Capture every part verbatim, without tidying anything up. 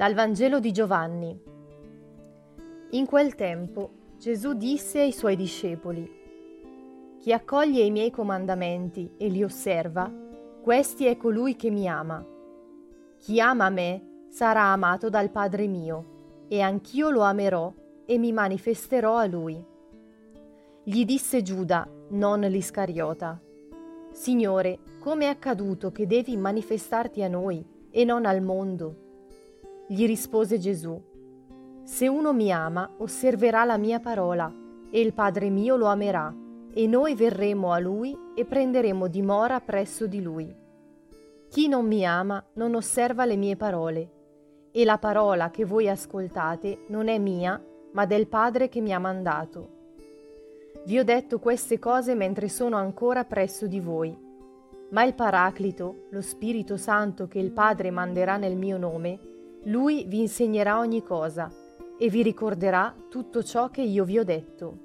Dal Vangelo di Giovanni. In quel tempo Gesù disse ai suoi discepoli: Chi accoglie i miei comandamenti e li osserva, questi è colui che mi ama. Chi ama me sarà amato dal Padre mio, e anch'io lo amerò e mi manifesterò a lui. Gli disse Giuda, non l'Iscariota: Signore, come è accaduto che devi manifestarti a noi e non al mondo? Gli rispose Gesù: Se uno mi ama, osserverà la mia parola, e il Padre mio lo amerà, e noi verremo a lui e prenderemo dimora presso di lui. Chi non mi ama non osserva le mie parole, e la parola che voi ascoltate non è mia, ma del Padre che mi ha mandato. Vi ho detto queste cose mentre sono ancora presso di voi. Ma il Paraclito, lo Spirito Santo che il Padre manderà nel mio nome, Lui vi insegnerà ogni cosa e vi ricorderà tutto ciò che io vi ho detto.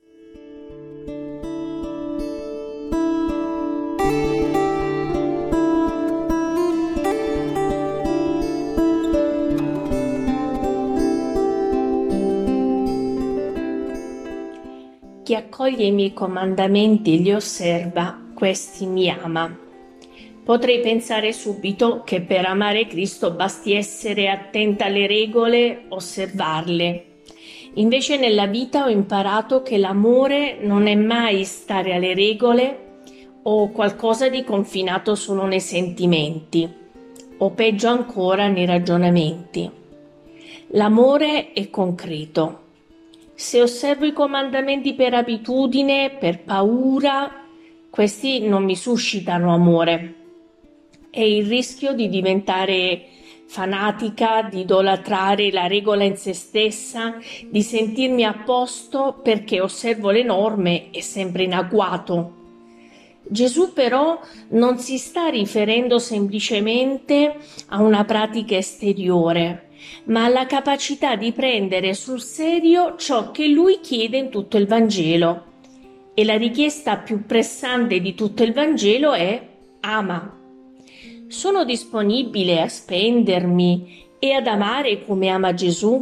Chi accoglie i miei comandamenti e li osserva, questi mi ama. Potrei pensare subito che per amare Cristo basti essere attenta alle regole, osservarle. Invece nella vita ho imparato che l'amore non è mai stare alle regole o qualcosa di confinato solo nei sentimenti, o peggio ancora nei ragionamenti. L'amore è concreto. Se osservo i comandamenti per abitudine, per paura, questi non mi suscitano amore. È il rischio di diventare fanatica, di idolatrare la regola in se stessa, di sentirmi a posto perché osservo le norme e sempre in agguato. Gesù però non si sta riferendo semplicemente a una pratica esteriore, ma alla capacità di prendere sul serio ciò che lui chiede in tutto il Vangelo. E la richiesta più pressante di tutto il Vangelo è: ama. Sono disponibile a spendermi e ad amare come ama Gesù?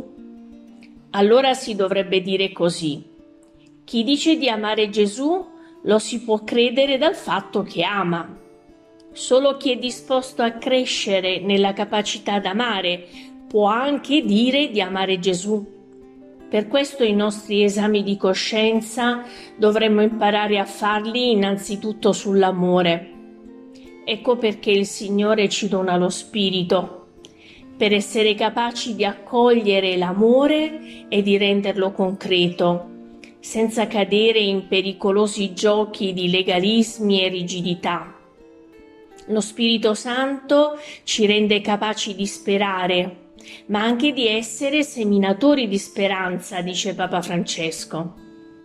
Allora si dovrebbe dire così: chi dice di amare Gesù lo si può credere dal fatto che ama. Solo chi è disposto a crescere nella capacità d'amare può anche dire di amare Gesù. Per questo i nostri esami di coscienza dovremmo imparare a farli innanzitutto sull'amore. Ecco perché il Signore ci dona lo Spirito, per essere capaci di accogliere l'amore e di renderlo concreto, senza cadere in pericolosi giochi di legalismi e rigidità. Lo Spirito Santo ci rende capaci di sperare, ma anche di essere seminatori di speranza, dice Papa Francesco.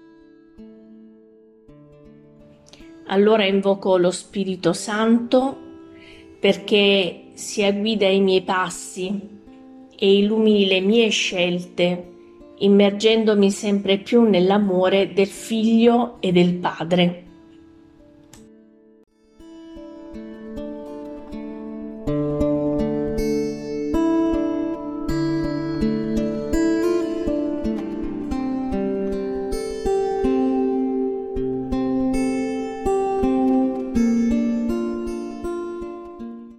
Allora invoco lo Spirito Santo perché sia guida ai miei passi e illumini le mie scelte, immergendomi sempre più nell'amore del Figlio e del Padre.